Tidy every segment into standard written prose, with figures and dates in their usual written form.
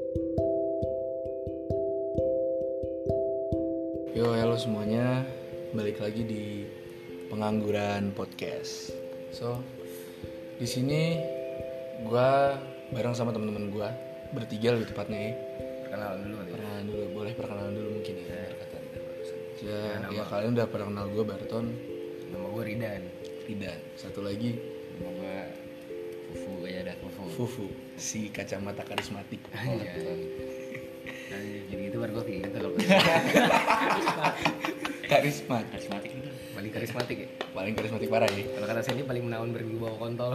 Yo, halo semuanya, balik lagi di Pengangguran Podcast. So, di sini gue bareng sama teman-teman gue, bertiga lebih tepatnya ya. Perkenalan dulu kali. Perkenalan dulu, boleh perkenalan dulu mungkin ya. Ya, nama- kalian udah pernah kenal gue, Barton, Nama gue Ridan. Ridan. Satu lagi, Nama gue Fufu aja dah. Fufu, si kacamata karismatik. Iya. Nah, jadi gitu baru gue kayak gitu loh. Karismatik, Karismatik itu. Paling karismatik ya. paling karismatik parah ya. Kalau kata Sandy paling menawan berwibawa kontol.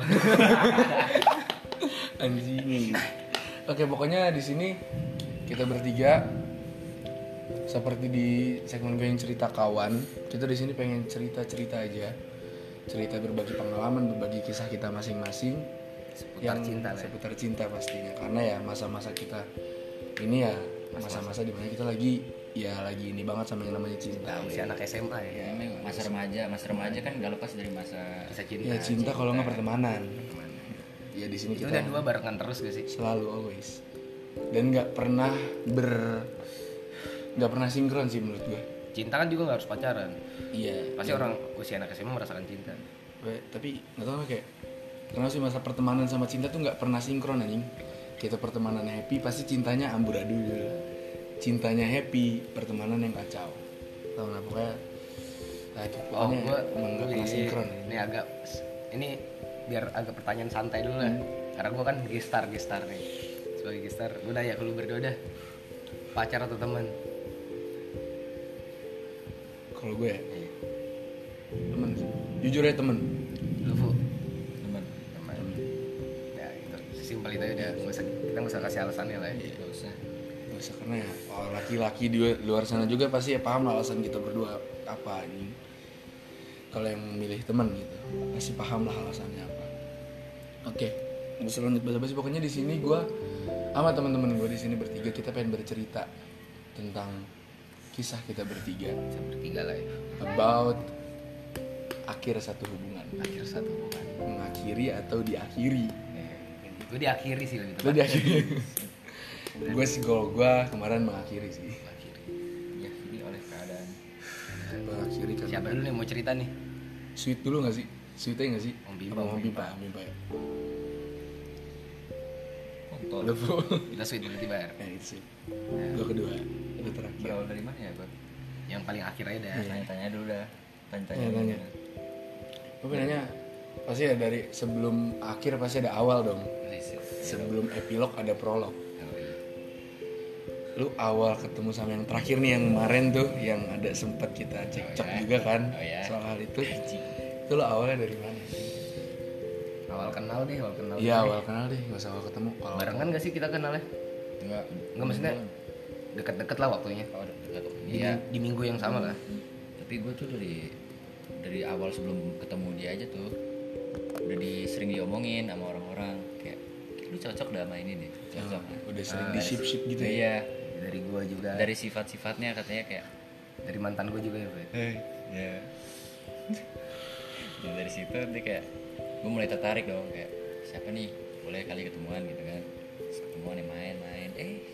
Anjing. Oke, pokoknya di sini kita bertiga seperti di segmen gue yang cerita kawan, kita di sini pengen cerita-cerita aja. Cerita berbagi pengalaman, berbagi kisah kita masing-masing Seputar cinta lah ya. seputar cinta pastinya. Karena ya masa-masa kita ini ya masa-masa dimana kita lagi ini banget sama yang namanya cinta. Nah, usia anak SMA ya. Ya, memang masa remaja kan gak lepas dari masa Kisah cinta. Ya cinta kalau nggak pertemanan. Ya di sini Itu kita udah dua barengan terus gak sih? selalu always. Dan nggak pernah sinkron sih menurut gue. Cinta kan juga nggak harus pacaran. Iya. Pasti orang usia anak SMA merasakan cinta. Tapi nggak tahu kayak kenapa sih masa pertemanan sama cinta tuh nggak pernah sinkron anjing. Kita pertemanan happy pasti cintanya amburadul gitu. Cintanya happy, pertemanan yang kacau. Tahu nggak pokoknya. Nah, itu pokoknya emang nggak pernah sinkron. Ini biar agak pertanyaan santai dulu lah. Karena gue kan gestar nih. Sebagai gestar, gue nanya ke lu berdua dah. Pacar atau teman? Kalau gue ya, temen sih. Jujur ya temen. Lu Fu? teman. Teman. Ya itu simpel itu udah kita nggak usah kasih alasannya lah ya. Gak usah. Gak usah karena ya laki-laki di luar sana juga pasti ya paham lah alasan kita berdua apa anjing. Kalau yang memilih teman gitu pasti paham lah alasannya apa. Oke, nggak usah lanjut basa-basi. Pokoknya di sini gue sama teman-teman gue di sini bertiga kita pengen bercerita tentang kisah kita bertiga Bisa bertiga lah ya. about akhir satu hubungan, Akhir satu bukan. mengakhiri atau diakhiri. Gue diakhiri sih lebih Lo tepat. diakhiri. Gue sih kalau gue kemarin mengakhiri sih. Ya, ini oleh keadaan. Mengakhiri kan. Siapa dulu nih mau cerita nih? Sweet dulu nggak sih? Sweetnya nggak sih? Om Bimpa, Apa Om Om Bimpa ya. Kontol. Lo Fu. Kita sweet berarti Bar. Itu sih. Gue kedua. Lo terakhir. Berawal dari mana ya, Bang? Yang paling akhir aja dah. Tanya-tanya dulu dah. Tanya-tanya. Tanya. Gue nanya pasti ya dari sebelum akhir pasti ada awal dong. Sebelum epilog ada prolog. Oh, iya. Lu awal ketemu sama yang terakhir nih yang kemarin tuh yang ada sempet kita cekcok juga kan soal hal itu. Itu lu awalnya dari mana? Awal kenal deh. Iya awal kenal deh, nggak usah awal ketemu. Kalau Barengan gak sih kita kenalnya? Enggak. Enggak maksudnya deket-deket lah waktunya. Oh, dekat. Iya. Di minggu yang sama lah. Tapi gue tuh dari awal sebelum ketemu dia aja tuh udah sering diomongin sama orang-orang kayak lu cocok dah sama ini nih. Cocok. udah sering di ship gitu ya. Iya. Dari gua juga. Dari sifat-sifatnya katanya kayak Dari mantan gua juga ya, Pak. ya. Dan dari situ dia kayak gue mulai tertarik dong kayak siapa nih boleh kali ketemuan gitu kan. Terus ketemuan nih main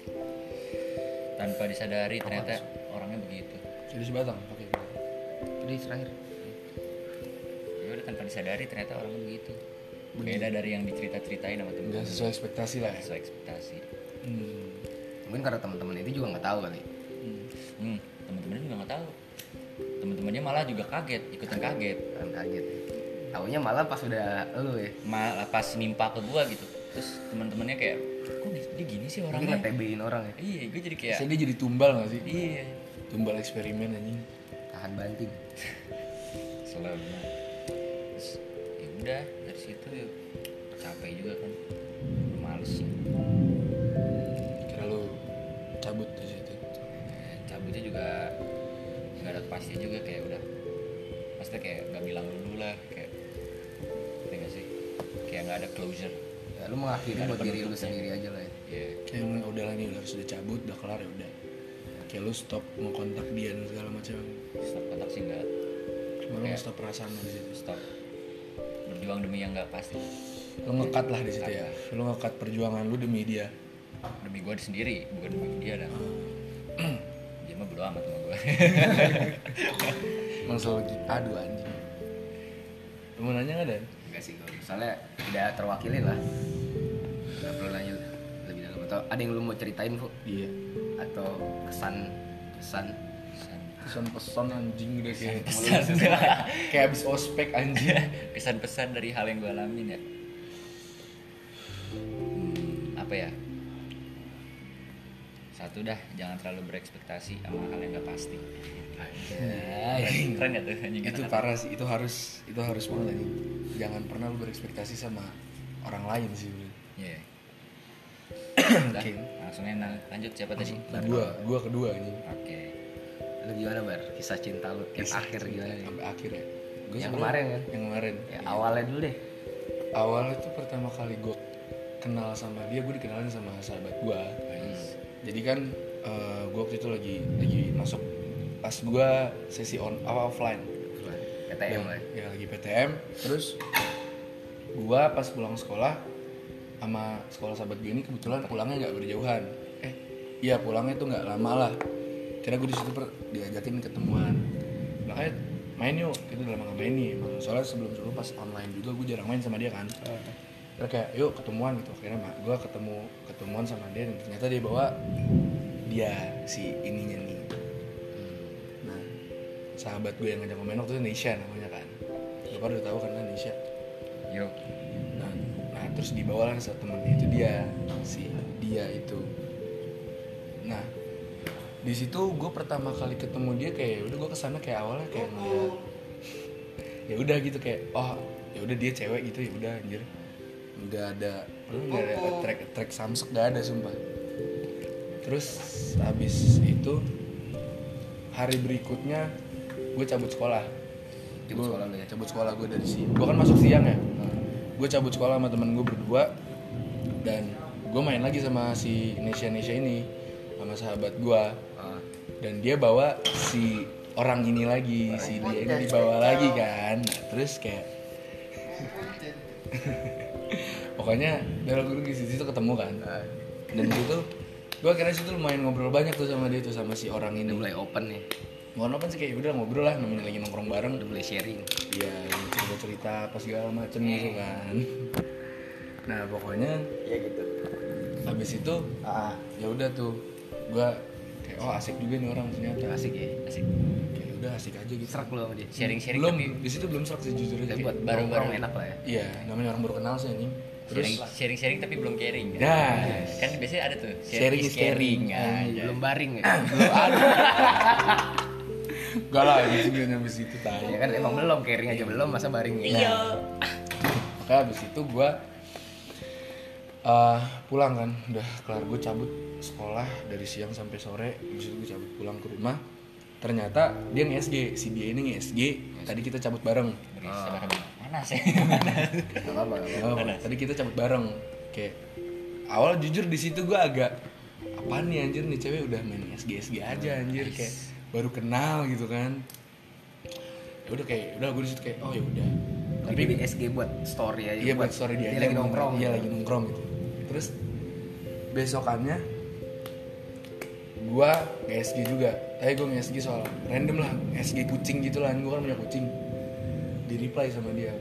tanpa disadari ternyata orangnya begitu. Jadi sebatang pakai gitu. Jadi terakhir. Ya udah tanpa disadari ternyata orangnya begitu. Beda dari yang dicerita-ceritain sama temen. Nggak sesuai ekspektasi lah ya. Sesuai ekspektasi. Mungkin karena teman-teman itu juga nggak tahu kali. Teman-temannya juga nggak tahu. Teman-temannya malah juga kaget, ikutan kaget. Kan kaget. Taunya malah pas udah lu ya. Malah pas nimpa ke gua gitu. Terus teman-temannya kayak kok dia gini sih Mungkin orangnya. nge-TB-in orang ya. Iya, gue jadi kayak Saya dia jadi tumbal nggak sih? iya. Tumbal eksperimen anjing. Tahan banting. Selalu. Terus ya udah dari situ ya capek juga kan. Males. Kira lu cabut di situ. Cabutnya juga nggak ada pasti juga kayak udah pasti kayak nggak bilang dulu lah kayak ngerti nggak sih kayak nggak ada closure. Ya lu mengakhiri Nggak ada buat diri lu penutupnya. sendiri aja lah ya. Iya. Kayak udah lah nih udah sudah cabut udah kelar ya udah. Kayak lu stop ngekontak dia dan segala macam. Stop kontak sih nggak. Cuma lu Kayak stop perasaan lu di situ. Stop berjuang demi yang nggak pasti. Lu ngekat lah di situ ya. Lu ngekat perjuangan lu demi dia. demi gue sendiri, bukan demi dia dan dia mah bodo amat sama gue. Emang selalu gitu. Aduh anjing. Lu mau nanya nggak Dan? Enggak sih, soalnya udah terwakili lah. Nggak perlu nanya lebih dalam. Atau ada yang lu mau ceritain, Bu? Iya. Atau kesan Pesan-pesan anjing udah kayak Pesan kayak abis ospek anjing. kesan-pesan dari hal yang gue alamin ya. Apa ya? Satu dah, jangan terlalu berekspektasi sama hal yang gak pasti. Keren gak tuh anjing? Itu kata-kata? parah sih, itu harus banget anjing. Jangan pernah lu berekspektasi sama orang lain sih. Iya. Udah, Oke. langsung enak. Lanjut siapa tadi? Gua kedua anjing. Oke. Lu gimana, Bar? Kisah cinta lu yang akhir gimana nih? Sampai akhir ya. Gua Yang sebenarnya- kemarin kan? Yang kemarin. Ya, awalnya dulu deh. Awalnya tuh pertama kali gue kenal sama dia, gue dikenalin sama sahabat gue. Jadi kan gue waktu itu lagi masuk pas gue sesi offline. PTM lah. Ya lagi PTM. Terus gue pas pulang sekolah sama sekolah sahabat gue ini kebetulan pulangnya nggak berjauhan. Iya pulangnya tuh nggak lama lah. Karena gue di situ diajakin ketemuan. Makanya main yuk, kita udah lama gak main nih. Soalnya sebelum pas online juga gue jarang main sama dia kan. Terus kayak yuk ketemuan gitu. Akhirnya gue ketemuan sama dia dan ternyata dia bawa dia si ininya nih. Nah sahabat gue yang ngajak gue main waktu itu Nisha namanya kan. Gue udah tahu kan Nisha. Yuk. Nah terus dibawa lah satu temennya itu dia itu. Nah di situ gue pertama kali ketemu dia kayak udah gue kesana kayak awalnya kayak ngeliat ya udah gitu kayak oh ya udah dia cewek gitu ya udah anjir nggak ada track samsek nggak ada sumpah. Terus habis itu hari berikutnya gue cabut sekolah. Cabut sekolah gue dari sini. Gue kan masuk siang ya. Gue cabut sekolah sama temen gue berdua dan gue main lagi sama si Nesha ini sama sahabat gue. Dan dia bawa si orang ini lagi, si dia ini dibawa lagi kan. Nah, terus kayak pokoknya dalam di situ ketemu kan. Dan itu gue akhirnya situ lumayan ngobrol banyak tuh sama dia tuh sama si orang ini. Udah mulai open nih. Mohon open sih kayak udah ngobrol lah namanya lagi nongkrong bareng. Udah mulai sharing. Iya, cerita apa segala macem gitu kan. Nah pokoknya Iya gitu. habis itu ya udah tuh gue kayak oh asik juga nih orang ternyata. Asik ya. Asik. Kayak udah asik aja gitu. Serak lu sama dia. Sharing-sharing Belum tapi di situ belum serak sih jujur aja. Tapi buat baru-baru. nongkrong enak lah ya. Iya, namanya orang baru kenal sih anjing. Terus sharing tapi belum caring. Nah. Kan biasanya ada tuh Sharing is caring. Belum baring ya. enggak lah gitu juga nyampe situ tadi. Ya kan emang belum caring aja belum masa baring ya. Iya. Makanya habis itu gue pulang kan, udah kelar gue cabut sekolah dari siang sampai sore. Habis itu gue cabut pulang ke rumah. Ternyata dia nge-SG, si dia ini nge-SG. Tadi kita cabut bareng. Mana sih? Enggak apa-apa. Tadi kita cabut bareng. Kayak awal jujur di situ gue agak apaan nih anjir nih cewek udah main SG aja anjir kayak baru kenal gitu kan. Ya udah kayak udah gue di situ kayak oh ya udah. Tapi di SG buat story aja. Iya buat story dia lagi nongkrong. Iya lagi nongkrong gitu. Terus besokannya gua nge-SG juga. Gue nge-SG soal random lah, SG kucing gitu lah. Gua kan punya kucing. Di reply sama dia.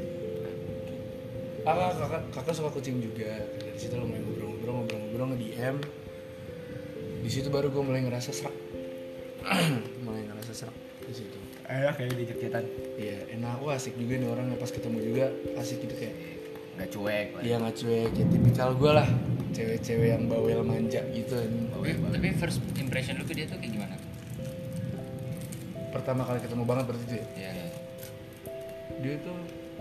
Kakak suka kucing juga. Dari situ lo mulai ngobrol nge-DM. Di situ baru gua mulai ngerasa serak. Di situ. Enak kayak di cetan. Iya, enak. Wah asik juga nih orangnya pas ketemu juga asik gitu kayak. Enggak cuek lah. Iya nggak cuek, ya tipikal gue lah, cewek-cewek yang bawel manja gitu. Tapi first impression lu ke dia tuh kayak gimana? Pertama kali ketemu banget berarti itu ya. Iya. Dia tuh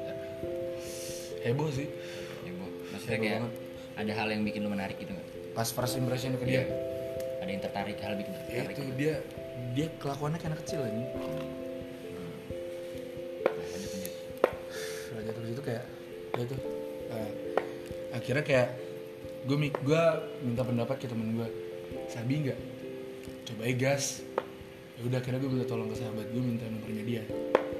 heboh sih. Ya, Bu. Maksudnya Heboh kayak banget. ada hal yang bikin lu menarik gitu nggak? Pas first impression ke dia, Ada yang tertarik, hal bikin ya tertarik. itu dia kelakuannya kayak anak kecil aja. Lanjut terus itu kayak dia tuh akhirnya kayak gue minta pendapat ke temen gue, Sabi nggak coba gas. Ya udah akhirnya gue minta tolong ke sahabat gue, minta nomornya dia.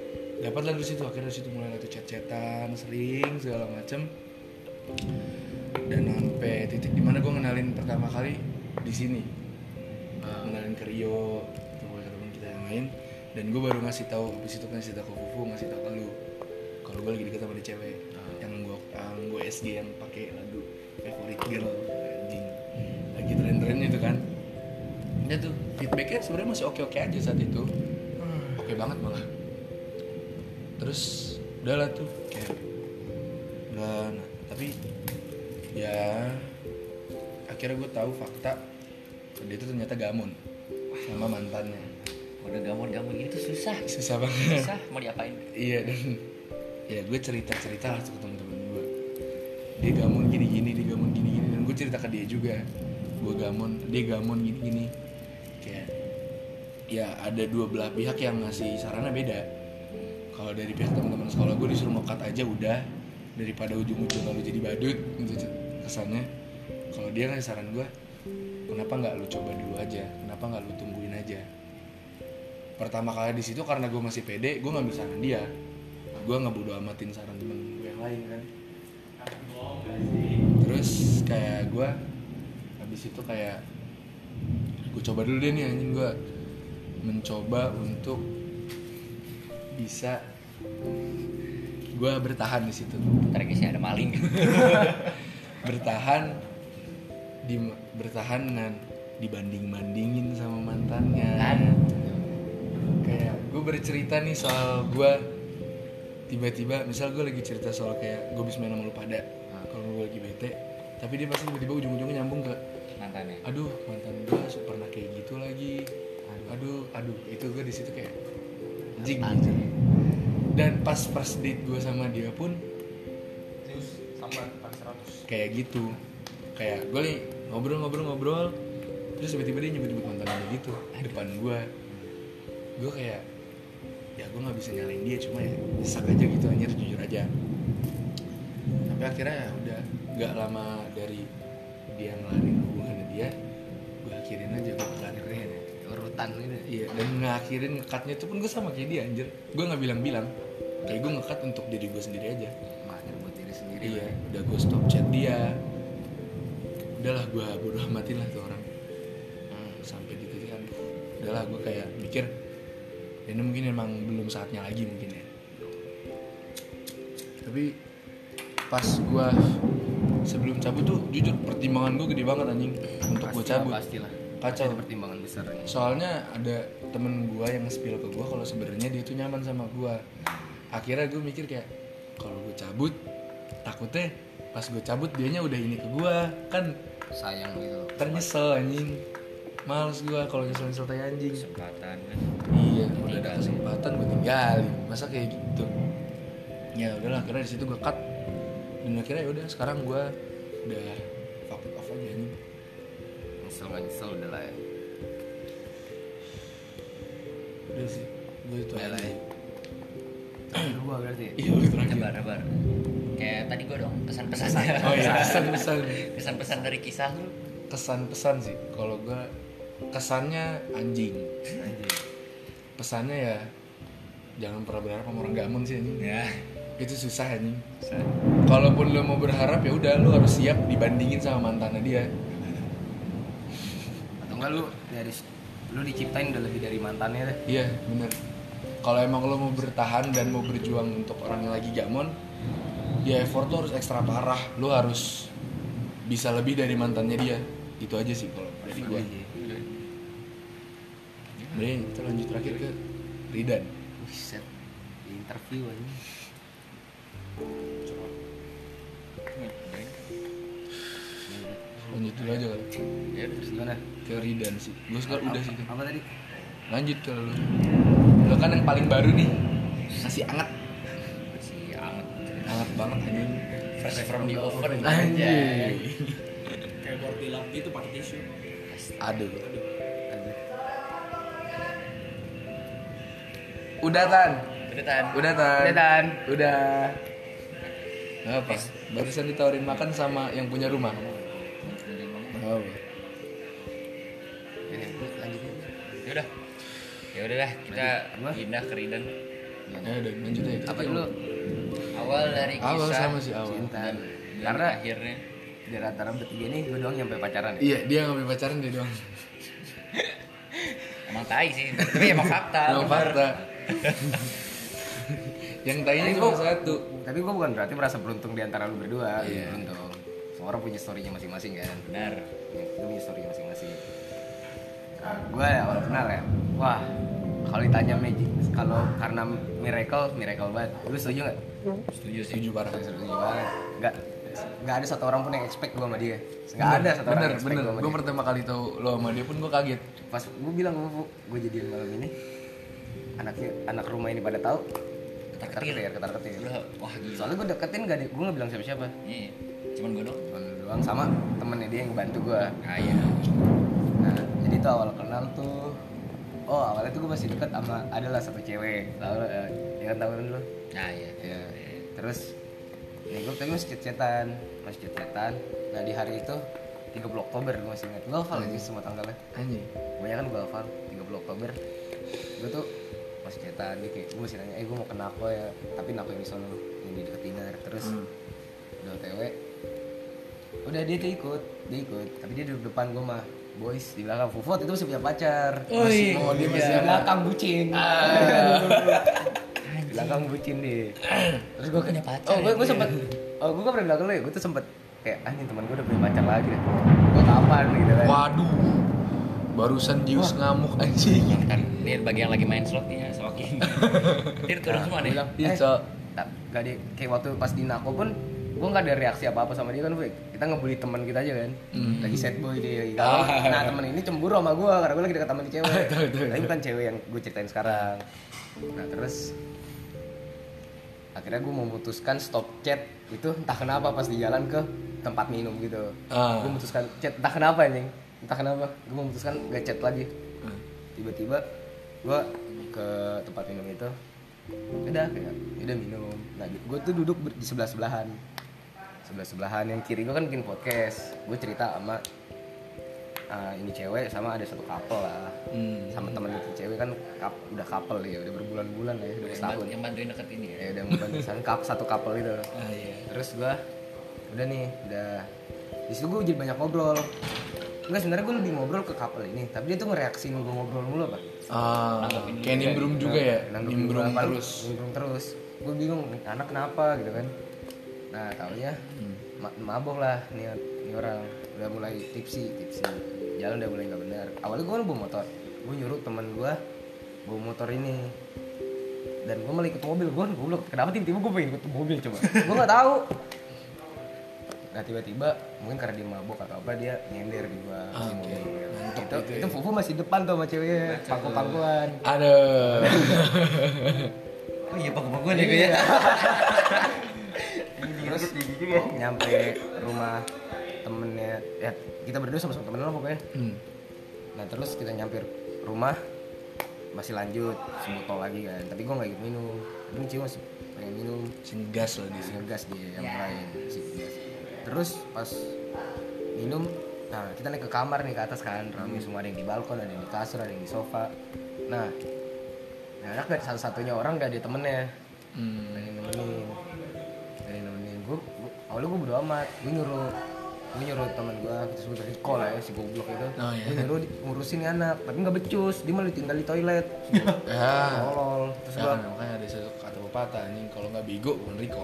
Dapatlah dari situ, akhirnya dari situ mulai tuh chat-chatan sering segala macem. dan sampai titik dimana gue ngenalin pertama kali di sini, ngenalin ke Rio, ke teman kita yang lain, dan gue baru ngasih tahu habis itu ngasih tahu ke Fufu, ngasih tahu ke lu kalau gue lagi deket sama dia cewek, yang gue SG yang pakai lagu Favorite Girl, anjing lagi tren-trennya itu kan. Ya tuh feedbacknya sebenarnya masih oke aja saat itu, oke banget malah. Terus udahlah tuh kayak udah, tapi ya akhirnya gue tahu fakta dia itu ternyata gamon sama mantannya. Udah gamon gitu susah banget. susah mau diapain. Iya, dan ya gue cerita lah ke temen-temen gue, dia gamon gini dan gue cerita ke dia juga, dia gamon gini. Kayak ya ada dua belah pihak yang ngasih sarannya beda. Kalau dari pihak teman-teman sekolah gue disuruh ngekat aja udah, daripada ujung-ujung lalu jadi badut gitu kesannya. Kalau dia ngasih saran gue, kenapa nggak lu coba dulu aja, kenapa nggak lu tungguin aja. Pertama kali di situ karena gue masih pede, gue ngambil saran dia, gue nggak bodo amatin saran temen gue yang lain kan. Terus kayak gue habis itu kayak gue coba dulu deh nih anjing, gue mencoba untuk bisa gue bertahan di situ. Ntar sih ada maling. bertahan dengan dibanding-bandingin sama mantannya. Kayak gue bercerita nih soal gue, tiba-tiba misal gue lagi cerita soal kayak gue bisa main sama lu pada, kalau gue lagi bete, tapi dia pasti tiba-tiba ujung-ujungnya nyambung ke Mantannya. aduh mantan gue pernah kayak gitu lagi, aduh itu gue di situ kayak anjing gitu. Dan pas first date gue sama dia pun kayak gitu, kayak gue nih ngobrol terus tiba-tiba dia nyebut mantannya gitu depan gue kayak ya gue nggak bisa nyalain dia, cuma ya nyesek aja gitu, anjir jujur aja. Sampai akhirnya ya udah nggak lama dari dia ngelarin hubungannya dia, gue akhirin aja, gue ngelarin urutan gitu. Iya, dan ngakhirin ngekatnya itu pun gue sama kayak dia anjir, gue nggak bilang kayak gue ngekat untuk diri gue sendiri aja. Buat diri sendiri. Iya, udah gue stop chat dia, udahlah gue bodo amatin lah tuh orang. Sampai di titik kan udahlah gue kayak mikir ini mungkin emang belum saatnya lagi mungkin ya. Tapi pas gue sebelum cabut tuh jujur pertimbangan gue gede banget anjing untuk gue cabut. Pastilah. Kacau. Ada pertimbangan besar. Soalnya ada temen gue yang spill ke gue kalau sebenarnya dia tuh nyaman sama gue. Akhirnya gue mikir kayak kalau gue cabut takutnya pas gue cabut dianya udah ini ke gue kan, sayang gitu. ternyesel anjing. Males gue kalau nyesel tai anjing. Kesempatan kan. Iya, udah ada kesempatan gue tinggalin. Masa kayak gitu. Ya udahlah, akhirnya di situ gue cut. Dan akhirnya ya udah sekarang gue udah fuck it off aja anjing. Nyesel nggak nyesel udah lah ya. Udah sih, gue itu Udah lah aja. ya. Terakhir gua berarti. Iya, lu terakhir. Sabar. Kayak tadi gue dong pesan-pesan. Oh iya, pesan-pesan. Pesan-pesan dari kisah lu. Kesan-pesan sih. Kalau gue kesannya anjing. Pesannya ya jangan pernah berharap sama orang gamon sih anjing. Ya. Itu susah anjing. Kalaupun lu mau berharap ya udah lu harus siap dibandingin sama mantannya dia. Atau enggak lu diciptain udah lebih dari mantannya deh. Iya, bener. Kalau emang lo mau bertahan dan mau berjuang untuk orang yang lagi gamon, ya effort lo harus ekstra parah. Lo harus bisa lebih dari mantannya dia. Itu aja sih kalau dari gue. Kemudian kita lanjut terakhir ke Ridan. Buset. Di interview aja. Lanjut dulu aja kan. Ya udah. Gimana? Ke Ridan sih. Gue sekarang udah sih. Apa tadi? Lanjut ke lo. Lo kan yang paling baru nih. Masih anget. Masih anget. Anget banget anjing. Fresh from the oven. Anjing. Kayak baru dilap gitu pakai tisu. Aduh. Udah Tan. Udah. Apa? Barusan ditawarin makan sama yang punya rumah. Oh. Ya udah dah, kita pindah ke Ridan. Ya udah lanjut aja. Apa dulu? Awal dari kisah Awal sama sih awal. Cinta. dan Karena akhirnya Di antara bertiga ini gue doang nyampe pacaran. Iya, dia ngambil pacaran dia doang. Emang tai sih, tapi emang fakta. Emang bener. fakta. Yang tainya Tapi cuma gua- satu. Tapi gue bukan berarti merasa beruntung di antara lu berdua. Iya. Beruntung. Semua orang punya story-nya masing-masing kan. Benar. Gue punya story masing-masing. Nah, gue awal kenal ya. Wah, kalau ditanya magic, kalau karena miracle banget. Lu setuju nggak? Setuju sih. Setuju parah. Setuju banget. Nggak ada satu orang pun yang expect gue sama dia. Nggak ada satu orang yang expect bener. gue sama Gue dia. pertama kali tahu lo sama dia pun gue kaget. Pas gue bilang gue jadian malam ini, anak rumah ini pada tahu. Ketar ketir. Udah, wah gila. Soalnya gue deketin gue nggak bilang siapa-siapa. Iya. Cuman gue dong. Cuman lu doang sama temennya dia yang bantu gue. Ah iya. Nah, jadi tuh awal kenal tuh, awalnya tuh gue masih deket sama adalah satu cewek, ya kan tahu kan lu? Nah iya. Ya. Terus, nih gue tadi masih chat-chatan. Nah di hari itu 30 Oktober gue masih ingat. Gue hafal aja semua tanggalnya. Anjing. Banyak kan gue hafal 30 Oktober. Gue tuh masih chatan, dia kayak gue masih nanya, gue mau ke Nako ya, tapi Nako yang di sono, yang di deket Tinar. Terus udah OTW, udah dia ikut, tapi dia duduk depan gue mah. Boys di belakang Fufot itu masih punya pacar. Masih mau dia masih di sama. belakang bucin. Di belakang bucin deh. Terus gue Punya pacar gue ya, sempet, gue kan pernah bilang ke lu ya, gue tuh sempet kayak anjing teman gue udah punya pacar lagi deh. Gue kapan gitu kan. Waduh. Barusan Jius ngamuk anjing. Ntar ini bagi yang lagi main slot nih ya, slokin. Dia turun semua nih. Bilang, Iya, Cok. gak deh, kayak waktu pas di Nako pun gue gak ada reaksi apa-apa sama dia kan, kita ngebully teman kita aja kan, lagi sad boy dia lagi galau. Nah temen ini cemburu sama gue karena gue lagi deket sama di cewek, tapi bukan cewek yang gue ceritain sekarang. Nah terus akhirnya gue memutuskan stop chat itu entah kenapa pas di jalan ke tempat minum gitu. Gue memutuskan chat entah kenapa gue memutuskan gak chat lagi. Tiba-tiba gue ke tempat minum itu udah minum. Nah gue tuh duduk di sebelah-sebelahan yang kiri gue kan bikin podcast, gue cerita sama ini cewek sama ada satu couple lah, sama temen itu cewek kan udah couple ya, udah berbulan-bulan ya, udah setahun Yang bantuin deket ini ya. ya, udah membantu satu couple itu. Iya. Terus gue udah di situ gue jadi banyak ngobrol. Enggak, sebenarnya gue lebih ngobrol ke couple ini, tapi dia tuh ngereaksin gue ngobrol mulu apa. Kayak nimbrung juga ya. Nanggepin Nimbrung gua, terus. nimbrung terus. Gue bingung nih anak kenapa gitu kan. Nah taunya mabok lah nih orang, udah mulai tipsi, jalan udah mulai nggak benar. Awalnya gue bawa motor, gue nyuruh teman gue bawa motor ini, dan gue malah ikut mobil. Gue bilang kenapa tiba-tiba gue pengen ikut mobil coba. Gue nggak tahu. Nah tiba-tiba mungkin karena dia mabok atau apa dia nyender di gua si mobil. Itu Fufu masih depan tuh sama ceweknya, pangku-pangkuan. Aduh. Oh iya pangku-pangkuan ya kayak. Terus nyampe rumah temennya, ya kita berdua sama-sama temen lah pokoknya. Nah terus kita nyampe rumah masih lanjut sebotol lagi kan, tapi gua nggak ikut minum. Ini cewek masih pengen minum, Singgas loh di sini. ngegas dia yang lain si gas. Terus pas minum, nah kita naik ke kamar nih ke atas kan, rame semua, ada yang di balkon, ada yang di kasur, ada yang di sofa. Nah anak gak satu-satunya orang gak ada temennya, gak ada yang nemenin. Gue awalnya gue bodo amat, gue nyuruh teman gue, kita sebut Riko lah ya, si goblok itu. Gue nyuruh ngurusin nih anak, tapi nggak becus, dia malah tinggal di toilet. Tolol. Terus gue Makanya ada satu kata pepatah anjing, kalau nggak bego bukan Riko.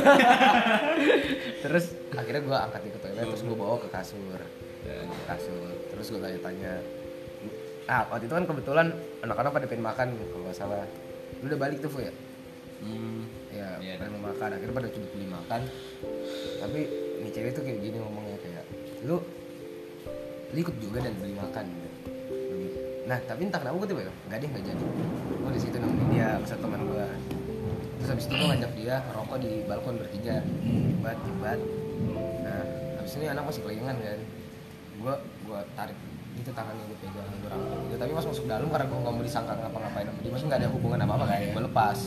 terus akhirnya gue angkat dia ke toilet, terus gue bawa ke kasur. Terus gue tanya, waktu itu kan kebetulan anak-anak pada pengen makan kalau nggak salah. Lu udah balik tuh Fu ya? Ya Iya, pengen mau makan, akhirnya pada coba beli makan. Tapi ini cewek tuh kayak gini ngomongnya, kayak lu ikut juga dan beli makan gitu. Nah tapi entah kenapa gue tiba nggak jadi. Gue di situ nemenin dia bersama teman gue. Terus habis itu gue ngajak dia ngerokok di balkon bertiga, jebat. Nah habis ini anak masih kelingan kan, gue tarik gitu tangannya, gue pegang, gue rangkul gitu. Tapi pas masuk dalam karena gue nggak mau disangka ngapa-ngapain sama dia, maksudnya nggak ada hubungan apa-apa kan, gue lepas.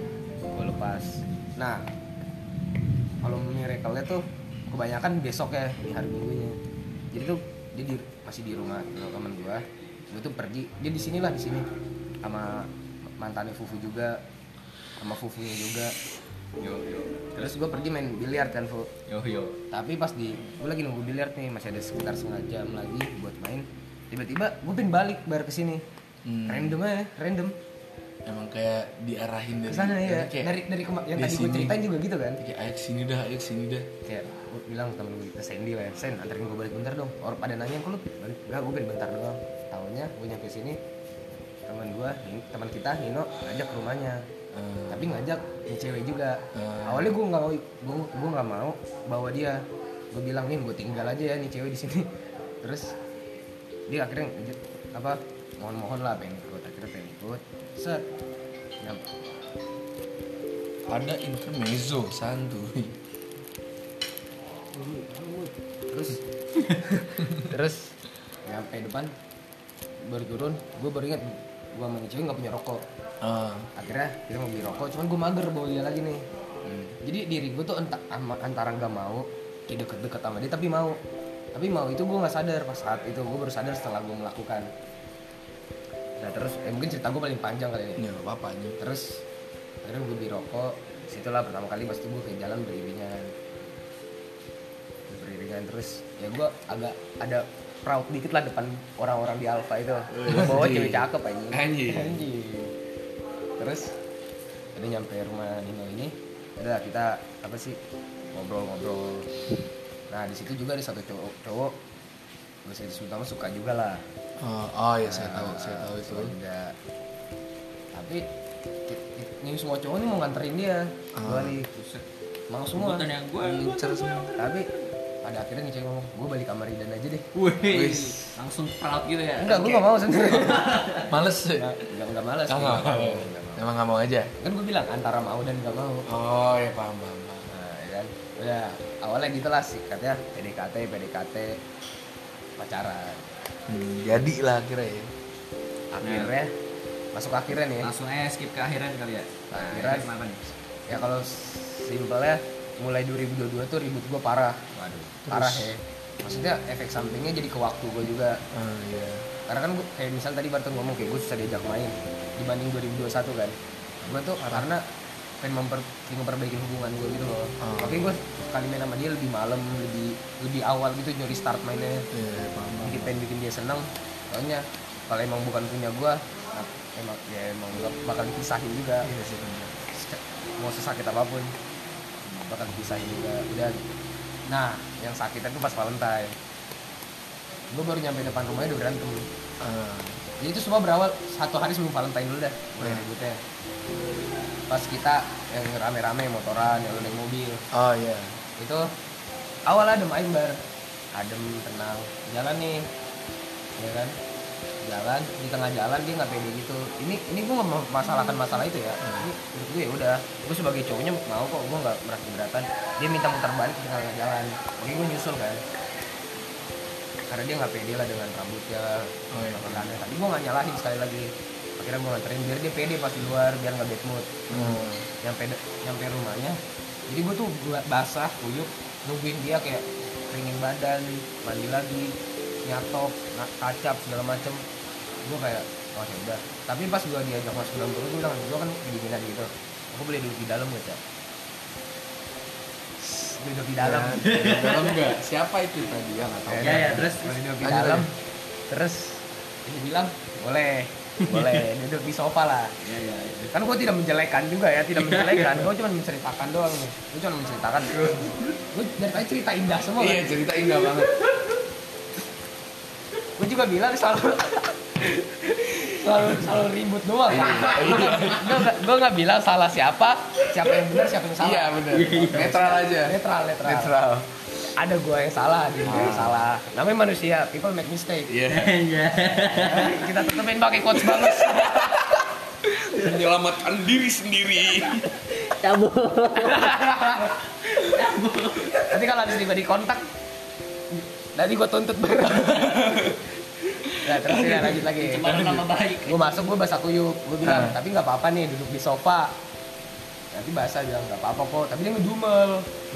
Nah kalau miracle-nya tuh kebanyakan besok ya, di hari minggunya. Jadi tuh dia masih di rumah teman gue tuh pergi, dia di sini sama mantannya Fufu juga, sama Fufunya juga. Yo. Terus gue pergi main biliar kan Fu. Yo. Tapi pas gue lagi nunggu biliar nih, masih ada sekitar setengah jam lagi buat main. Tiba-tiba gue pengen balik bar ke sini. Random. Emang kayak diarahin dari Kesana ya. kayak Dari yang di tadi gue sini. ceritain juga gitu kan. Kayak ayo sini dah. Kayak gue bilang ke temen gue, ke Sandy lah, Sen anterin gue balik bentar dong. Orang pada nanya kok lu balik? Enggak, gue balik bentar doang. Taunya gue nyampe sini, teman kita Nino ngajak ke rumahnya. Tapi ngajak nih cewek juga. Awalnya gue nggak mau bawa dia. Gue bilang nih gue tinggal aja ya nih cewek di sini. Terus dia akhirnya ngajak mohon lah pengen ikut. Akhirnya pengen ikut. Set. Ada intermezzo santuy. Terus nyampe depan baru turun, gue baru ingat gue sama nih cewek nggak punya rokok. Akhirnya kita mau beli rokok, cuman gue mager bawa dia lagi nih. Jadi diri gue tuh antara nggak mau kayak deket-deket sama dia, tapi mau itu gue nggak sadar pas saat itu. Gue baru sadar setelah gue melakukan. Nah terus mungkin cerita gue paling panjang kali ini. Ya nggak apa-apa nih. Terus akhirnya gue beli rokok. Situlah pertama kali pas itu gue ke jalan beriringan. Terus ya gue agak ada proud dikit lah depan orang-orang di Alfa itu. Gue bawa cewek cakep anjing. Terus udah nyampe rumah Nino ini, udah kita ngobrol. Nah di situ juga ada satu cowok gue terutama suka juga lah. Ya saya tahu itu juga. Tapi ini semua cowok nih mau nganterin dia balik. Mau semua. Bukan yang gue Tapi pada akhirnya nih cewek ngomong, gue balik kamar Idan aja deh. Wih, langsung proud gitu ya. Enggak, gue gak mau sendiri. Males sih. Enggak males. Nggak mau. Emang nggak mau aja. Kan gue bilang antara mau dan gak mau. Oh ya paham. Nah ya kan, udah awalnya gitu lah sih katanya PDKT pacaran. Jadi lah akhirnya ya. Akhirnya masuk akhirnya nih. Langsung aja skip ke akhiran kali ya. Akhiran kenapa nih? Ya kalau simpelnya mulai 2022 tuh ribut gue parah. Waduh. Parah ya. Maksudnya efek sampingnya jadi ke waktu gue juga. Iya. Karena kan gue kayak misal tadi Barton ngomong kayak gue susah diajak main dibanding 2021 kan. Gue tuh karena pengen memperbaiki hubungan gue gitu loh. Makanya gue kali main sama dia lebih malam, lebih awal gitu nyuri start mainnya. Iya, paham. Pengen bikin dia seneng. Soalnya kalau emang bukan punya gue, emang bakal dipisahin juga. Iya sih benar. Mau sesakit apapun bakal dipisahin juga. Udah. Nah, yang sakitnya tuh pas Valentine. Gue baru nyampe depan rumahnya udah berantem. Jadi itu semua berawal 1 hari sebelum Valentine dulu dah. Mulai ributnya. Pas kita yang rame-rame motoran, yang naik mobil. Oh iya. Itu awal adem aing bar. Adem, tenang. Jalan nih. Ya kan? Jalan di tengah jalan dia nggak pede gitu. Ini gue nggak masalahkan masalah itu ya. Ini menurut gue ya udah. Gue sebagai cowoknya mau kok, gue nggak merasa keberatan. Dia minta muter balik di tengah jalan. Oke gue nyusul kan. Karena dia nggak pede lah dengan rambutnya. Tapi gue nggak nyalahin sekali lagi. Akhirnya gue nganterin biar dia pede pas di luar, biar nggak bad mood. Nyampe rumahnya. Jadi gue tuh basah, kuyup, nungguin dia kayak keringin badan, mandi lagi, nyatok, kacap segala macem. Gue kayak oh ya udah. Tapi pas gue diajak masuk dalam rumah, gue bilang gue kan kedinginan gitu. Aku boleh duduk di dalam gak, Cak? Duduk di dalam. Dalam enggak? Siapa itu tadi? Ya enggak tahu. Ya, terus duduk di dalam. Terus dia bilang, boleh duduk di sofa lah. Iya. Kan gue tidak menjelekan juga ya, gue cuma menceritakan doang. Gue dari tadi cerita indah semua. Iya, cerita indah banget. Gue juga bilang selalu ribut doang. Gue nggak bilang salah siapa yang benar, siapa yang salah. Iya benar. Netral aja. Netral. Ada gue yang salah, dia yang salah. Namanya manusia, people make mistake. Iya. Kita tetepin pakai quotes bagus. Menyelamatkan diri sendiri. Cabut. Nanti kalau habis tiba di kontak, nanti gue tuntut banget. Nah terus ya lanjut lagi. Cemaran nama baik. Gue masuk, gue basah kuyup. Gue bilang, tapi nggak apa-apa nih duduk di sofa. Nanti basah bilang nggak apa-apa kok. Tapi dia ngedumel.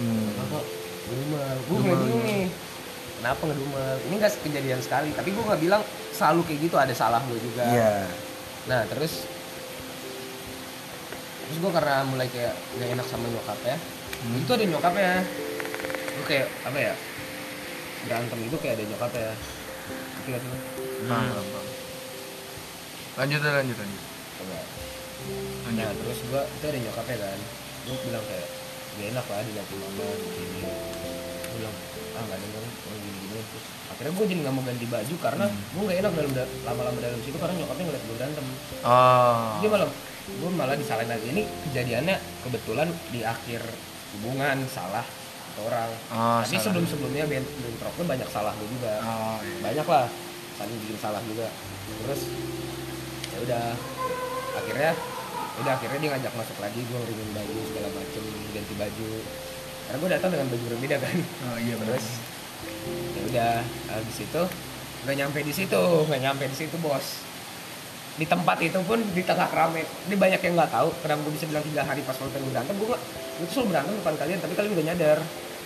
Gue mulai bingung nih. Kenapa ngedumel? Ini nggak kejadian sekali. Tapi gue nggak bilang selalu kayak gitu. Ada salah lo juga. Iya. Nah terus Terus gue karena mulai kayak gak enak sama nyokapnya, itu ada nyokapnya. Gue kayak apa ya, berantem itu kayak ada nyokapnya. Ngerti gak sih lo? Bang. Lanjut. Coba. Nah terus gue itu ada nyokapnya kan, gue bilang kayak gak enak lah dilihatin mama begini. Gue bilang nggak denger gini. Terus akhirnya gue jadi nggak mau ganti baju karena gue nggak enak lama-lama dalam situ karena nyokapnya ngeliat gue berantem. Dia gue malah disalahin lagi. Ini kejadiannya kebetulan di akhir hubungan, salah orang. Tapi sebelumnya bentroknya banyak salah gue juga. Iya. Banyak lah, saling bikin salah juga. Terus ya udah akhirnya dia ngajak masuk lagi, gue ngirimin baju segala macem, ganti baju. Karena gue datang dengan baju berbeda kan. Iya benar. Terus ya udah habis itu nggak nyampe di situ bos. Di tempat itu pun di tengah rame. Ini banyak yang nggak tahu kenapa gue bisa bilang 3 hari pas konten gue berantem. Gue tuh selalu berantem depan kalian, tapi kalian nggak nyadar.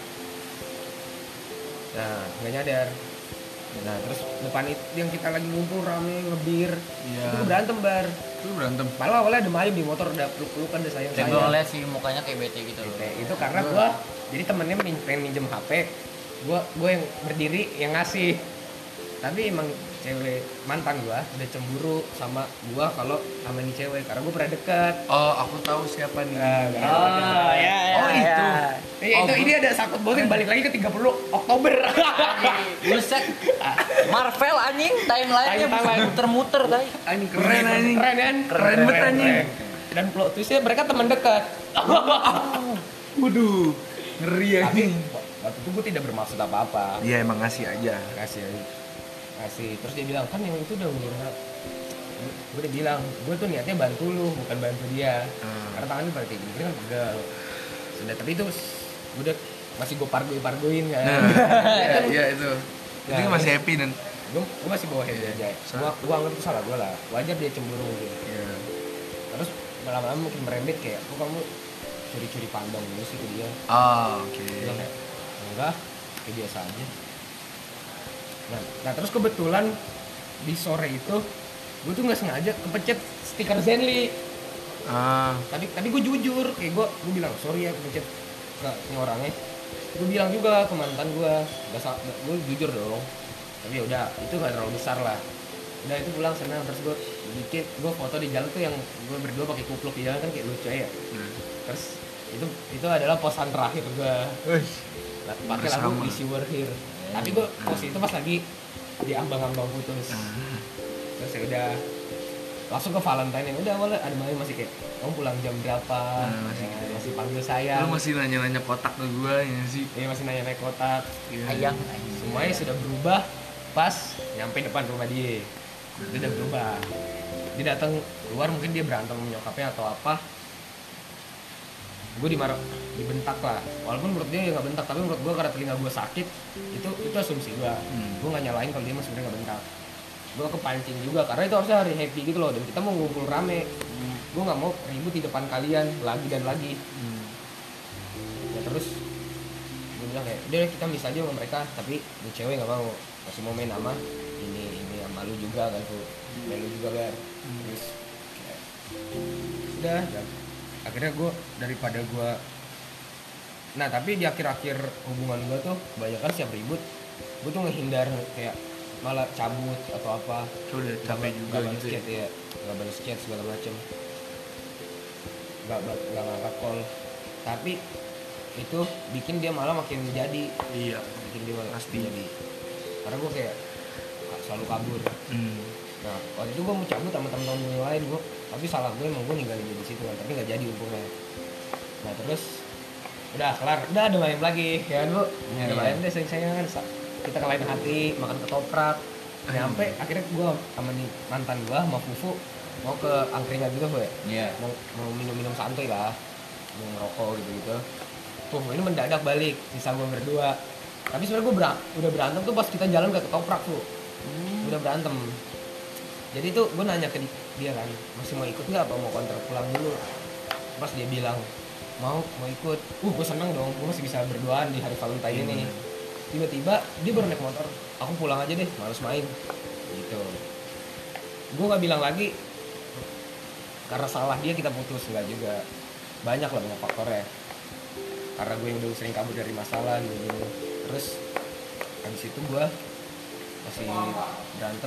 Nggak nyadar. Nah terus depan itu yang kita lagi ngumpul rame ngebir, itu gue berantem bar. Lu berantem? Malah awalnya ada Mayum di motor udah peluk-pelukan deh sayang. Gue ngeliat sih mukanya kayak bete gitu loh. Itu karena gue jadi temennya pengen minjem HP, gue yang berdiri yang ngasih. Tapi emang cewek mantan gue udah cemburu sama gue kalau sama ini cewek karena gue pernah dekat. Oh aku tahu siapa nih. Itu ini ada sakut bautin balik lagi ke 30 Oktober. Buset. Marvel anjing timeline-nya muter-muter tadi. Anjing Keren anjing. Keren banget anjing. Dan plot twist-nya mereka teman dekat. Waduh, ngeri anjing. Waktu itu gue tidak bermaksud apa-apa. Iya emang ngasih aja. Kasih. Terus dia bilang kan yang itu udah ngurang. Gue udah bilang gue tuh niatnya bantu lu bukan bantu dia. Karena tangannya pada kayak gini kan pegal. Sudah tapi itu udah masih gue pargoin kan. Iya itu. Itu kan masih happy dan gue masih bawa happy aja. Gue anggap itu salah gue lah. Wajar dia cemburu mungkin. Terus lama-lama mungkin merembet kayak kamu curi-curi pandang dulu sih ke dia. Oke. Bilang kayak enggak, kayak biasa aja. Nah terus kebetulan di sore itu gue tuh nggak sengaja kepencet stiker Zenly. Tapi gue jujur kayak gue bilang sorry ya kepencet ke ini orangnya. Gue bilang juga ke mantan gue jujur dong. Tapi ya udah itu nggak terlalu besar lah. Udah itu pulang senang terus gue foto di jalan tuh yang gue berdua pakai kupluk di jalan kan kayak lucu ya. Terus itu adalah posan terakhir gue. Pakai lagu Wish You Were Here. Tapi gue post itu pas lagi di ambang-ambang putus. Terus ya udah langsung ke Valentine yang udah awalnya ada masih kayak kamu pulang jam berapa, masih panggil saya. Lu masih nanya-nanya kotak ke gue ya sih? Iya masih nanya kotak. Ayang. Semuanya sudah berubah pas nyampe depan rumah dia. Dia udah berubah. Dia datang keluar mungkin dia berantem sama nyokapnya atau apa. Gue dibentak lah, walaupun menurut dia nggak bentak, tapi menurut gue karena telinga gue sakit, itu asumsi gue. Gue nggak nyalain kalau dia sebenarnya nggak bentak. Gue kepancing juga karena itu harusnya hari happy gitu loh, dan kita mau ngumpul rame. Gue nggak mau ribut di depan kalian lagi dan lagi. Ya terus gue bilang kayak udah kita mis aja sama mereka, tapi ini cewek nggak mau, masih mau main sama ini sama lu juga kan tuh, main lu juga kan. Terus kayak udah. Akhirnya tapi di akhir-akhir hubungan gue tuh kebanyakan siap ribut, gue tuh ngehindar kayak malah cabut atau apa. Udah capek juga gitu chat, ya nggak balas chat segala macem, nggak ngangkat call, tapi itu bikin dia malah makin jadi. Iya, bikin dia malah pasti jadi karena gue kayak selalu kabur. Nah waktu itu gue mau cabut sama teman-teman gue yang lain, tapi salah gue emang gue ninggalin dia di situ kan, tapi nggak jadi untungnya. Nah terus udah kelar, udah ada main lagi ya kan bu, ada main deh sayang-sayangan, kita ke lain hati makan ketoprak. Nyampe akhirnya gue sama nih mantan gue sama Fufu mau ke angkringan gitu gue, mau minum santai lah, mau ngerokok gitu. Tuh ini mendadak balik, sisa gue berdua. Tapi sebenarnya gue udah berantem tuh pas kita jalan ke ketoprak tuh, udah berantem. Jadi tuh gue nanya ke dia kan, masih mau ikut nggak apa mau konter pulang dulu. Pas dia bilang mau ikut, gue seneng dong, gue masih bisa berduaan di hari Valentine ini. Tiba-tiba dia baru naik motor, aku pulang aja deh, males main gitu. Gue nggak bilang lagi karena salah dia kita putus, enggak juga. Banyak faktornya. Karena gue yang dulu sering kabur dari masalah gitu. Terus habis itu gue masih berantem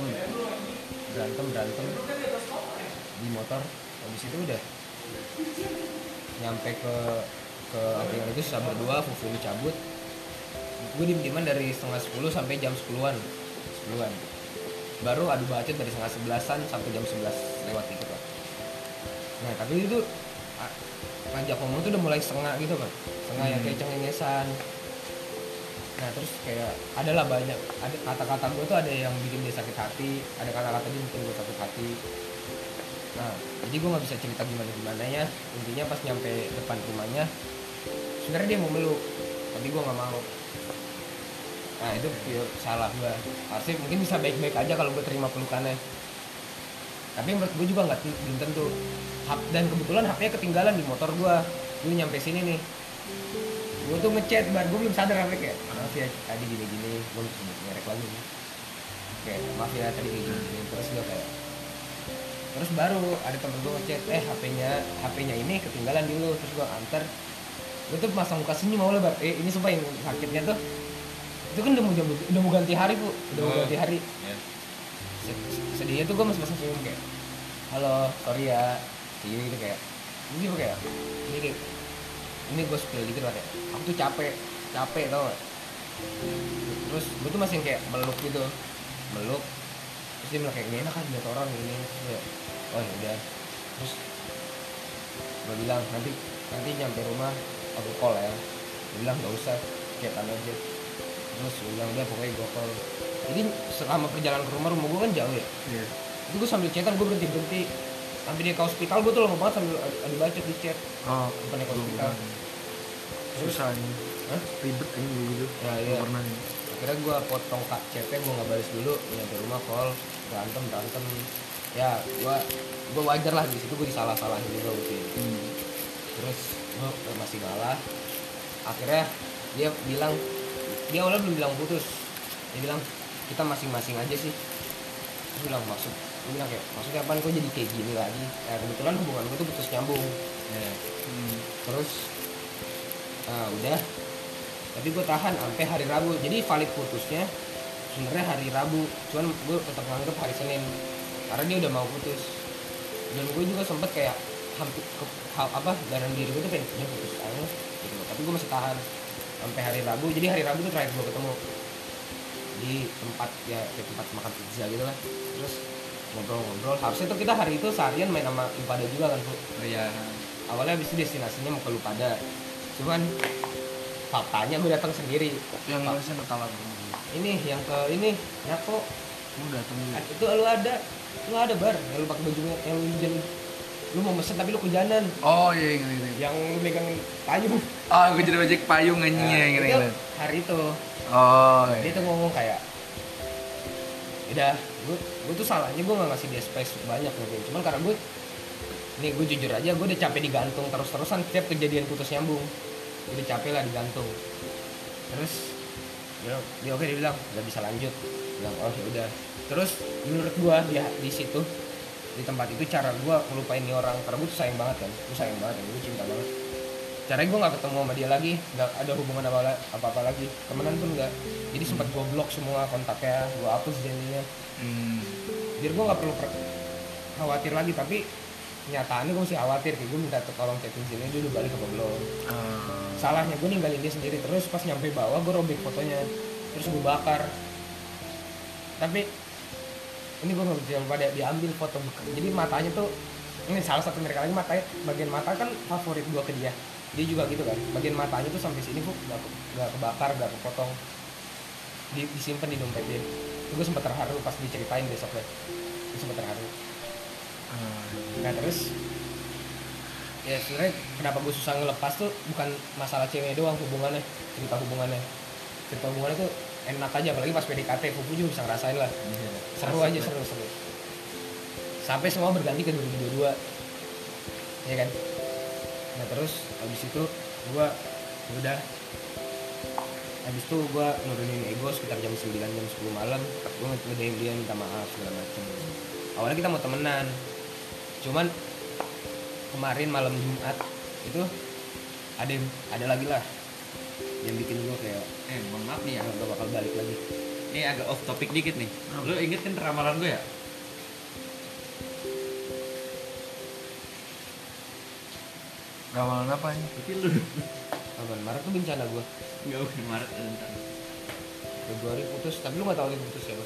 di motor. Habis itu udah nyampe ke angkringan itu susah berdua, Fufu ini cabut. Gue diem-dieman dari setengah 10 sampai jam 10-an. Baru adu bacot dari setengah 11-an sampai jam 11 lewat gitu kan. Nah tapi itu ngajak ngomong tuh udah mulai setengah gitu kan, setengah yang kayak cengengesan. Nah terus kayak adalah banyak, ada kata-kata gue tuh ada yang bikin dia sakit hati, ada kata-kata dia bikin gue sakit hati. Nah jadi gue nggak bisa cerita gimana nya. Intinya pas nyampe depan rumahnya sebenarnya dia mau meluk tapi gue nggak mau. Nah itu pure salah gue. Harusnya mungkin bisa baik-baik aja kalau gue terima pelukannya, tapi menurut gue juga belum tentu. Dan kebetulan HP-nya ketinggalan di motor gue nyampe sini nih, gue tuh ngechat bar, gue belum sadar HP kayak maaf ya tadi gini-gini, gue sebut merek lagi nih, kayak maaf ya tadi gini-gini. Terus baru ada temen gue ngechat, HP-nya ini ketinggalan dulu. Terus gue antar, gue tuh masang muka senyum awalnya bar, ini sumpah yang sakitnya tuh itu kan udah mau ganti hari bu, mau ganti hari. Sedihnya tuh gue masih senyum kayak halo sorry ya kayak gitu, kayak ini gue spill dikit lah, kayak aku tuh capek tau gak. Terus gue tuh masih kayak meluk terus dia bilang kayak gak enak kan lihat orang gini. Terus oh ya udah, terus gue bilang nanti nyampe rumah aku call ya. Dia bilang gak usah, chatan aja. Terus gue bilang udah pokoknya gue call. Jadi selama perjalanan ke rumah gue kan jauh ya. Itu gue sambil chatan, gue berhenti sampai dia ke hospital. Gue tuh lama banget sambil ada bacot di chat. Bukan ke hospital. Susah nih. Ribet aja gitu. Ya iya. Pernah nih. Akhirnya gue potong chatnya, gue nggak balas dulu. Nyampe rumah call, berantem. Ya gue wajar lah di situ, gue disalah-salahin juga gitu. Terus gue masih ngalah. Akhirnya dia awalnya belum bilang putus. Dia bilang kita masing-masing aja sih. Terus bilang maksudnya apaan, kok jadi kayak gini lagi. Ya kebetulan hubungan gue tuh putus nyambung. Terus udah, tapi gue tahan sampai hari Rabu. Jadi valid putusnya sebenarnya hari Rabu, cuman gue tetap nganggep hari Senin karena dia udah mau putus. Dan gue juga sempet kayak hampir dalam diri gue tuh pengen putus aja gitu. Tapi gue masih tahan sampai hari Rabu. Jadi hari Rabu tuh terakhir gue ketemu di tempat makan pizza gitu lah. Terus ngobrol. Harusnya tuh kita hari itu seharian main sama Lupada juga kan, Bu. Iya. Awalnya habis itu destinasinya mau ke Lupada. Cuman faktanya gue datang sendiri. Yang harusnya ketawa yang ke ini Nako. Lu datang juga. Itu lu ada bar yang lu pakai bajunya yang lu hujan. Lu mau mesen tapi lu kehujanan. Oh iya gitu. Yang lu megang payung. Gue jadi ojek payung anjingnya gitu. Hari itu. Iya. Dia tuh ngomong kayak udah, gue tuh salahnya gue nggak ngasih dia space banyak mungkin. Cuman karena gue jujur aja, gue udah capek digantung terus-terusan setiap kejadian putus nyambung. Gue udah capek lah digantung. Terus dia bilang nggak bisa lanjut. Bilang oh ya udah. Terus menurut gue di situ, di tempat itu, cara gue ngelupain nih orang karena gue tuh sayang banget, gue cinta banget. Caranya gue nggak ketemu sama dia lagi, nggak ada hubungan apa lagi, temenan pun nggak. Jadi sempat gue blok semua kontaknya, gue hapus janjinya. Biar gue nggak perlu khawatir lagi. Tapi kenyataannya gue masih khawatir, kayak gue minta tolong chatting sini, dia udah balik apa belum. Salahnya gue ninggalin dia sendiri. Terus pas nyampe bawah gue robek fotonya, terus gue bakar. Tapi ini gue nggak bisa lupa, diambil foto bekas. Jadi matanya tuh, ini salah satu mereka lagi, matanya, bagian mata kan favorit gue ke dia juga gitu kan. Bagian matanya tuh sampai sini gue nggak kebakar, nggak kepotong, disimpan di dompet dia. Gue sempat terharu pas diceritain besoknya, gue sempat terharu. Nah terus ya sebenarnya kenapa gue susah ngelepas tuh bukan masalah cewek doang, cerita hubungannya tuh enak aja, apalagi pas PDKT. Fufu juga bisa ngerasain lah, seru aja. Sampai semua berganti ke 2022 ya kan. Nah terus habis itu gue nurunin ego sekitar jam 9 jam 10 malam. Gue ngedein dia minta maaf segala macem. Awalnya kita mau temenan, cuman kemarin malam Jumat itu ada lagi lah yang bikin gue kayak Mohon maaf nih ya, gak bakal balik lagi. ini agak off topic dikit nih. Lu inget kan ramalan gue ya? Ramalan apa ini? Berarti lu Kapan? Maret tuh bencana gue. nggak bukan Maret entar. Februari putus, tapi lu nggak tahu dia putus siapa?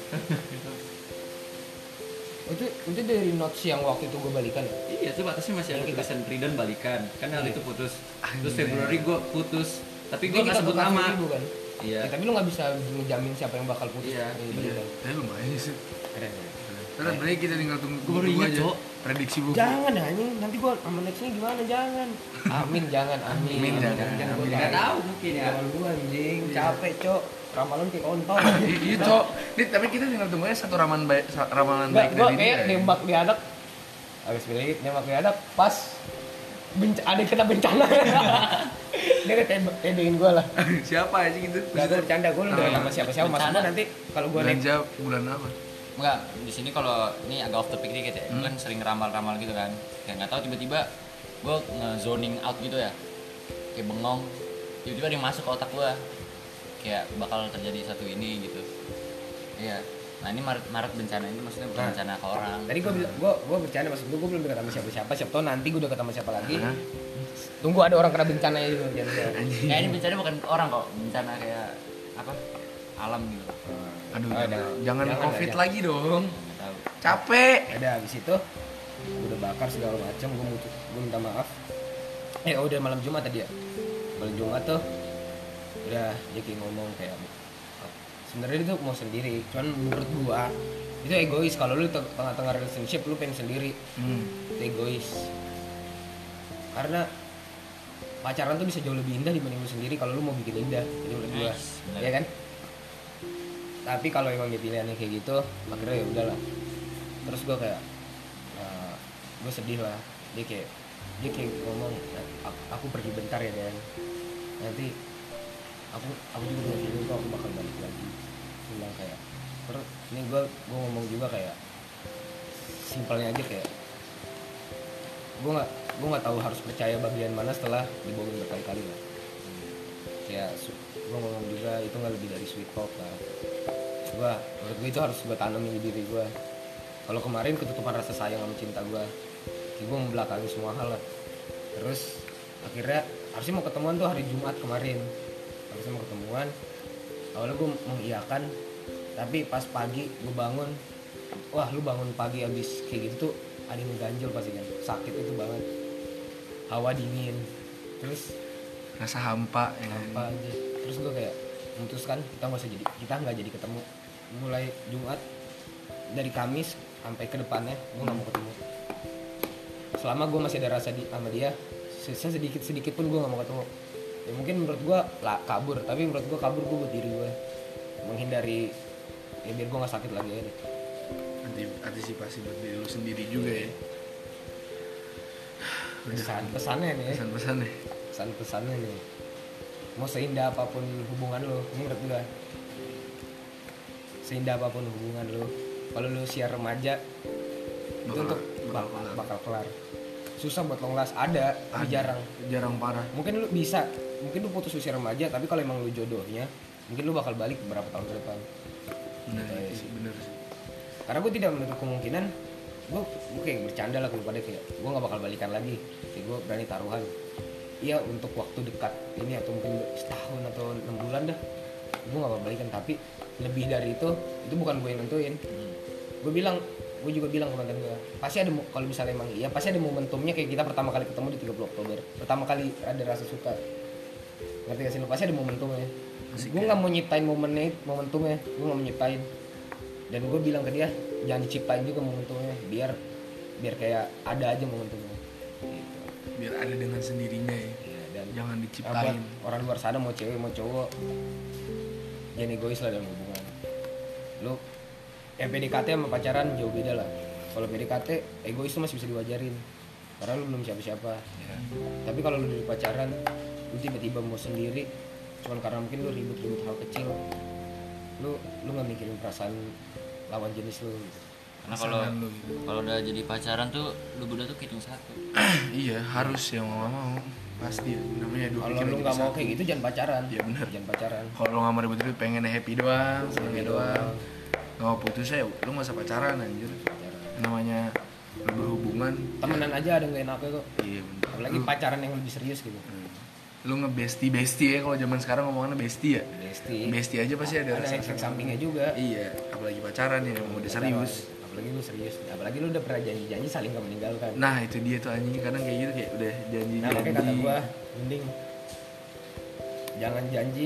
itu dari notes yang waktu itu gue balikan ya? Iya tuh batasnya masih ada Yang kita- tulisan Ridon balikan. Kan hal Iya. itu putus. Anjing. Terus Februari gue putus. Tapi gue Ini nggak kita sebut bukan nama. Februari, bukan? Iya. Ya, tapi lu nggak bisa ngejamin siapa yang bakal putus. Iya, bener. Lumayan sih. Keren. Terus berarti kita tinggal tunggu Gua baru tunggu ingat, aja. Cok. Prediksi buku. Jangan anjing, nanti gua sama nextnya gimana? Jangan. Amin, jangan. Amin. Amin, jangan. Gua Amin. Nggak tahu mungkin ya. Jangan lu anjing, capek, Cok. Ramalan kayak kontol. Iya, Cok. Ini tapi kita tinggal tunggu aja satu ramalan baik Enggak, dari gua dia. kayak nembak di anak. Habis beli nembak di anak pas ada kena bencana. Dia ngetedein gua lah. Siapa aja gitu? Gak, gue bercanda, gue udah sama siapa-siapa. Maksud gue nanti kalau gue naik Belanja bulan apa? Enggak, di sini kalau ini agak off topic dikit ya. Gue kan sering ramal-ramal gitu kan. Kayak nggak tahu tiba-tiba gue nge-zoning out gitu ya. Kayak bengong. Tiba-tiba dia masuk ke otak gue. Kayak bakal terjadi satu ini gitu. Iya. Nah ini Maret bencana ini maksudnya bukan Nah. bencana ke orang. tadi gue bercanda, maksud gue belum deket sama siapa-siapa. Siapa tau nanti gue deket sama siapa lagi. Hah? Tunggu ada orang kena bencana itu jangan. Kayak ini bencana bukan ke orang kok. Bencana kayak apa? Alam gitu. Aduh, Ada. jangan COVID aja. lagi dong. Nggak tahu. Capek. Ada habis itu gue udah bakar segala macam. Gue minta maaf. Udah malam Jumat tadi ya. Malam Jumat tuh udah dia kayak ngomong kayak sebenarnya itu mau sendiri. Cuman menurut gua itu egois. Kalau lu tengah-tengah relationship lu pengen sendiri. Itu egois. Karena pacaran tuh bisa jauh lebih indah dibanding lu sendiri kalau lu mau bikin indah. Jadi menurut gua, Nice, bener. ya kan? Tapi kalau emang dia pilihannya kayak gitu, akhirnya ya udahlah. Terus gua kayak gua sedih lah. Dia kayak ngomong, aku pergi bentar ya Dan. Nanti aku juga punya feeling kok aku bakal balik lagi. Dia bilang kayak, terus ini gua ngomong juga kayak simpelnya aja kayak gue nggak tahu harus percaya bagian mana setelah dibohongin berkali-kali lah. Kayak gue ngomong juga itu nggak lebih dari sweet talk lah. Menurut gue itu harus gue tanamin di diri gue. Kalau kemarin ketutupan rasa sayang sama cinta gue membelakangi semua hal lah. Terus akhirnya harusnya mau ketemuan tuh hari Jumat kemarin. Harusnya mau ketemuan. Awalnya gue mengiyakan, tapi pas pagi gue bangun, wah lu bangun pagi abis kayak gitu tuh ada yang ganjel pasti kan, sakit itu banget, hawa dingin, terus Rasa hampa ya. apa aja, terus gue kayak memutuskan kita nggak jadi ketemu, mulai Jumat dari Kamis sampai ke depannya gue nggak mau ketemu, selama gue masih ada rasa sama dia, sedikit pun gue nggak mau ketemu, ya mungkin menurut gue lah kabur, tapi menurut gue kabur gue buat diri gue, menghindari ya biar gue nggak sakit lagi aja deh. Antisipasi buat diri lu sendiri juga ya. Pesannya nih, Pesan-pesannya. nih, mau seindah apapun hubungan lo, menurut gue, seindah apapun hubungan lo, kalau lo usia remaja itu untuk bakal kelar. Susah buat long last, ada tapi Jarang parah. mungkin lu putus usia remaja, tapi kalau emang lu jodohnya mungkin lu bakal balik beberapa tahun ke depan. Bener Gitu sih, bener sih. Karena gue tidak menutup kemungkinan gue kayak bercanda lah kepada kayak gue nggak bakal balikan lagi, kayak gue berani taruhan iya untuk waktu dekat ini atau mungkin setahun atau 6 bulan dah gue nggak bakal balikan, tapi lebih dari itu bukan gue yang nentuin. Gue juga bilang ke mantan gue pasti ada, kalau misalnya emang iya pasti ada momentumnya, kayak kita pertama kali ketemu di 30 Oktober pertama kali ada rasa suka, ngerti gak sih lu, pasti ada momentumnya. Gue nggak mau nyiptain momentumnya, gue nggak mau nyiptain. Dan gue bilang ke dia jangan diciptain juga momentumnya, biar kayak ada aja momentumnya gitu. Biar ada dengan sendirinya ya. Ya, dan Jangan buat diciptain. orang luar sana mau cewek mau cowok jangan egois lah dalam hubungan. Lu PDKT sama pacaran jauh beda lah. Kalau PDKT egois tuh masih bisa diwajarin karena lu belum siapa-siapa ya. Tapi kalau lu dari pacaran lu tiba-tiba mau sendiri cuman karena mungkin lu ribut hal kecil, lu nggak mikirin perasaan lawan jenis lu gitu. Karena kalau udah jadi pacaran tuh lu berdua tuh hitung satu. Iya harus ya, mau nggak mau pasti ya. Namanya dua Kalau pikiran lu jadi nggak mau satu. kayak gitu jangan pacaran. Iya benar. Jangan pacaran. Kalau lu nggak mau ribet-ribet, pengen happy doang, senengnya doang, nggak mau putus ya lu nggak usah pacaran anjir. Namanya lu berhubungan Temenan aja ada nggak enaknya kok. iya benar. Apalagi pacaran yang lebih serius gitu. Lu ngebestie ya, kalau zaman sekarang ngomongannya bestie ya. Bestie aja pasti ada rasa efek sampingnya juga. Iya, apalagi pacaran ya, mau udah serius. Apalagi lu serius, apalagi lu udah pernah janji-janji saling gak meninggalkan. Nah itu dia tuh anjing, kadang kayak gitu, kayak udah janji. Nah makanya kata gua, mending jangan janji,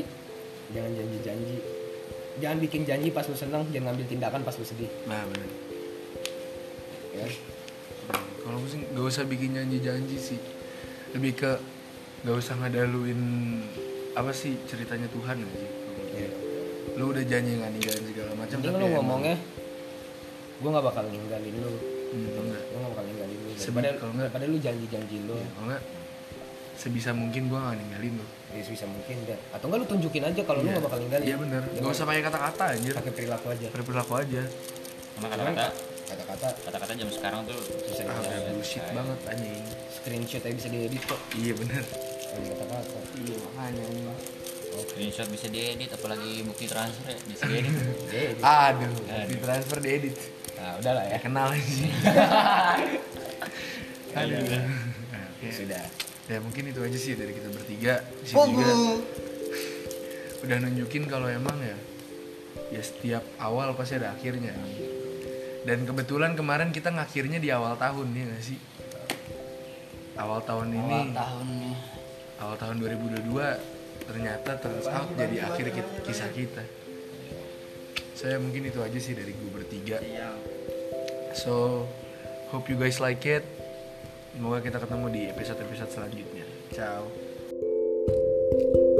jangan bikin janji pas lu seneng, jangan ngambil tindakan pas lu sedih. Nah benar. Ya. Kalau gue sih gak usah bikin janji sih, lebih ke gak usah ngadaluin apa sih ceritanya Tuhan aja. Ya. Lu udah janji nggak ninggalin segala macam, Mending lu ngomongnya, gue nggak bakal ninggalin lu. Enggak. Gue nggak bakal ninggalin lu. Kalau nggak, Daripada lu janji lu. ya, kalau nggak sebisa mungkin gue nggak ninggalin lu. Ya sebisa mungkin deh. Atau enggak lu tunjukin aja kalau lu nggak bakal ninggalin. Iya benar. Gak usah pakai kata-kata anjir. Pakai perilaku aja. Perilaku aja. Karena Kata-kata jam sekarang tuh bisa Bullshit banget anjing. screenshot aja bisa diedit kok. Iya benar. Kata-kata. Iya makanya. screenshot bisa diedit, apalagi bukti transfer ya bisa diedit. Aduh, di transfer diedit. Nah udahlah ya. Kenal sih. Aduh. Udah. Nah, oke. Sudah. Ya mungkin itu aja sih dari kita bertiga. Di sini juga udah nunjukin kalau emang ya setiap awal pasti ada akhirnya. Dan kebetulan kemarin kita ngakhirnya di awal tahun ya nggak sih? Awal tahun ini. Awal tahun 2022 ternyata turns out jadi akhir kisah kita. Saya mungkin itu aja sih dari gue bertiga. So hope you guys like it. Semoga kita ketemu di episode-episode selanjutnya. Ciao.